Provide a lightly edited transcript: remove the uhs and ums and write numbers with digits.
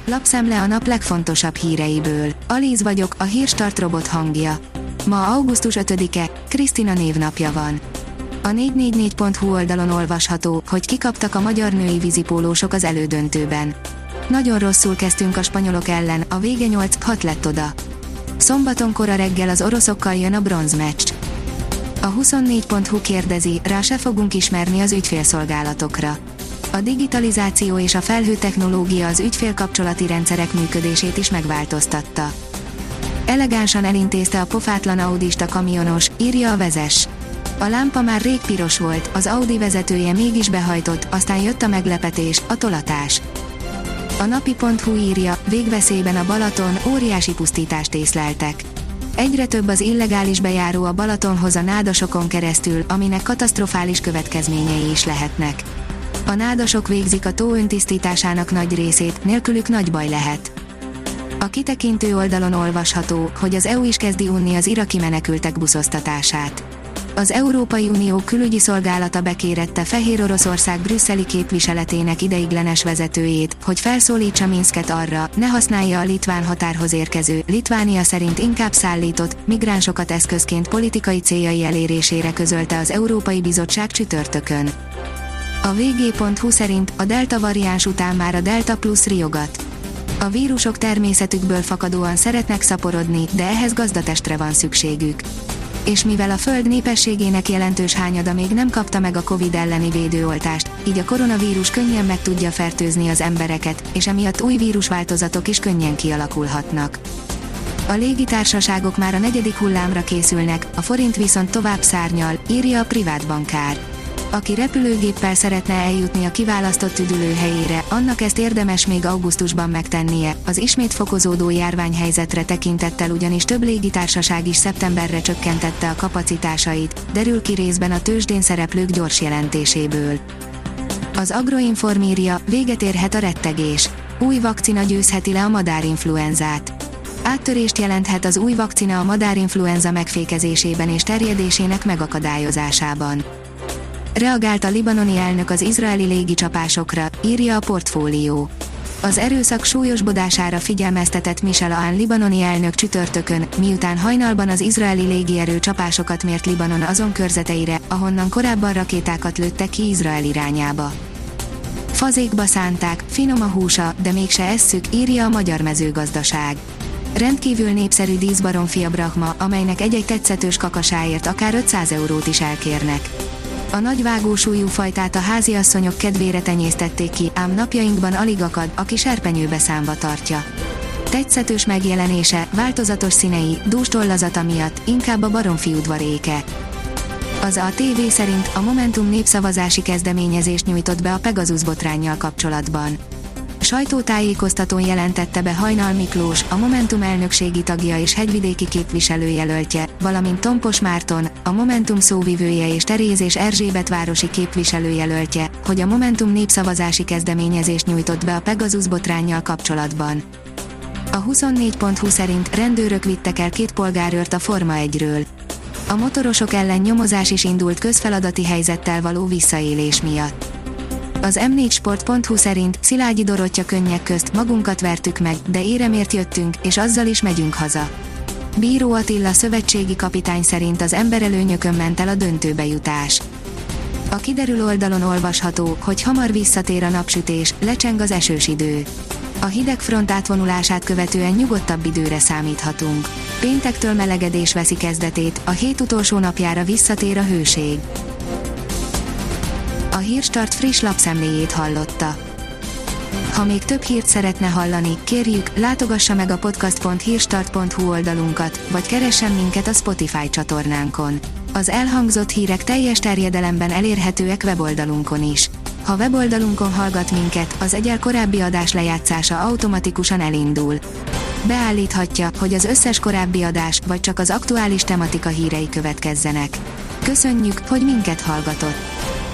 Lapszemle a nap legfontosabb híreiből. Alíz vagyok, a Hírstart robot hangja. Ma augusztus 5-e, Krisztina névnapja van. A 444.hu oldalon olvasható, hogy kikaptak a magyar női vízipólósok az elődöntőben. Nagyon rosszul kezdtünk a spanyolok ellen, a vége 8-6 lett oda. Szombaton kora reggel az oroszokkal jön a bronzmeccs. A 24.hu kérdezi, rá se fogunk ismerni az ügyfélszolgálatokra. A digitalizáció és a felhőtechnológia az ügyfélkapcsolati rendszerek működését is megváltoztatta. Elegánsan elintézte a pofátlan audista kamionos, írja a Vezess. A lámpa már rég piros volt, az Audi vezetője mégis behajtott, aztán jött a meglepetés, a tolatás. A napi.hu írja, végveszélyben a Balaton, óriási pusztítást észleltek. Egyre több az illegális bejáró a Balatonhoz a nádasokon keresztül, aminek katasztrofális következményei is lehetnek. A nádasok végzik a tó öntisztításának nagy részét, nélkülük nagy baj lehet. A kitekintő oldalon olvasható, hogy az EU is kezdi unni az iraki menekültek buszoztatását. Az Európai Unió külügyi szolgálata bekérette Fehéroroszország brüsszeli képviseletének ideiglenes vezetőjét, hogy felszólítsa Minsket arra, ne használja a litván határhoz érkező, Litvánia szerint inkább szállított, migránsokat eszközként politikai céljai elérésére, közölte az Európai Bizottság csütörtökön. A vg.hu szerint a delta variáns után már a delta plusz riogat. A vírusok természetükből fakadóan szeretnek szaporodni, de ehhez gazdatestre van szükségük. És mivel a Föld népességének jelentős hányada még nem kapta meg a Covid elleni védőoltást, így a koronavírus könnyen meg tudja fertőzni az embereket, és emiatt új vírusváltozatok is könnyen kialakulhatnak. A légitársaságok már a 4. hullámra készülnek, a forint viszont tovább szárnyal, írja a privát bankár. Aki repülőgéppel szeretne eljutni a kiválasztott üdülőhelyére, annak ezt érdemes még augusztusban megtennie, az ismét fokozódó járványhelyzetre tekintettel ugyanis több légitársaság is szeptemberre csökkentette a kapacitásait, derül ki részben a tőzsdén szereplők gyors jelentéséből. Az Agroinform írja, véget érhet a rettegés. Új vakcina győzheti le a madárinfluenzát. Áttörést jelenthet az új vakcina a madárinfluenza megfékezésében és terjedésének megakadályozásában. Reagált a libanoni elnök az izraeli légicsapásokra, írja a Portfólió. Az erőszak súlyosbodására figyelmeztetett Michel Aoun libanoni elnök csütörtökön, miután hajnalban az izraeli légierő csapásokat mért Libanon azon körzeteire, ahonnan korábban rakétákat lőttek ki Izrael irányába. Fazékba szánták, finom a húsa, de mégse esszük, írja a Magyar Mezőgazdaság. Rendkívül népszerű díszbaromfia Brahma, amelynek egy-egy tetszetős kakasáért akár 500 eurót is elkérnek. A nagy vágósúlyú fajtát a háziasszonyok kedvére tenyésztették ki, ám napjainkban alig akad, aki serpenyőbe számba tartja. Tetszetős megjelenése, változatos színei, dús tollazata miatt inkább a baromfi udvar éke. Az ATV szerint a Momentum népszavazási kezdeményezést nyújtott be a Pegasus botránnyal kapcsolatban. Sajtótájékoztatón jelentette be Hajnal Miklós, a Momentum elnökségi tagja és hegyvidéki képviselőjelöltje, valamint Tompos Márton, a Momentum szóvivője és Teréz és Erzsébet városi képviselőjelöltje, hogy a Momentum népszavazási kezdeményezést nyújtott be a Pegasus botránnyal kapcsolatban. A 24.hu szerint rendőrök vittek el 2 polgárőrt a Forma 1-ről. A motorosok ellen nyomozás is indult közfeladati helyzettel való visszaélés miatt. Az m4sport.hu szerint Szilágyi Dorottya könnyek közt magunkat vertük meg, de éremért jöttünk, és azzal is megyünk haza. Bíró Attila szövetségi kapitány szerint az emberelőnyökön ment el a döntőbe jutás. A kiderül oldalon olvasható, hogy hamar visszatér a napsütés, lecseng az esős idő. A hidegfront átvonulását követően nyugodtabb időre számíthatunk. Péntektől melegedés veszi kezdetét, a hét utolsó napjára visszatér a hőség. A Hírstart friss lapszemléjét hallotta. Ha még több hírt szeretne hallani, kérjük, látogassa meg a podcast.hírstart.hu oldalunkat, vagy keressen minket a Spotify csatornánkon. Az elhangzott hírek teljes terjedelemben elérhetőek weboldalunkon is. Ha weboldalunkon hallgat minket, az egyel korábbi adás lejátszása automatikusan elindul. Beállíthatja, hogy az összes korábbi adás, vagy csak az aktuális tematika hírei következzenek. Köszönjük, hogy minket hallgatott!